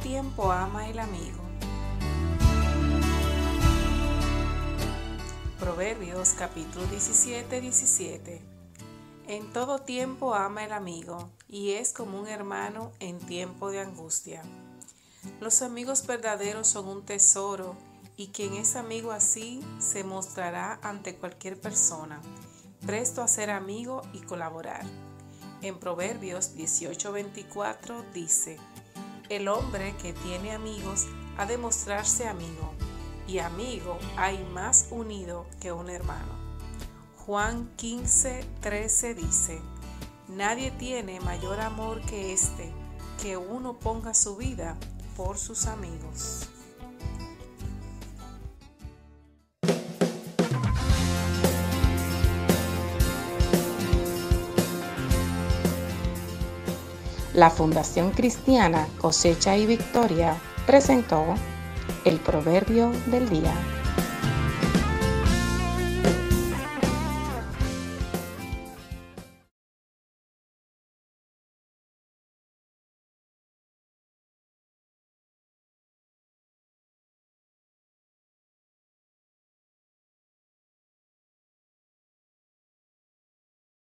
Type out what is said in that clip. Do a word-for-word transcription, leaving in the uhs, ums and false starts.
tiempo ama el amigo. Proverbios capítulo diecisiete, diecisiete. En todo tiempo ama el amigo, y es como un hermano en tiempo de angustia. Los amigos verdaderos son un tesoro, y quien es amigo así se mostrará ante cualquier persona, presto a ser amigo y colaborar. En Proverbios dieciocho, veinticuatro dice: el hombre que tiene amigos ha de mostrarse amigo, y amigo hay más unido que un hermano. Juan quince, trece dice: nadie tiene mayor amor que este, que uno ponga su vida por sus amigos. La Fundación Cristiana Cosecha y Victoria presentó el Proverbio del Día.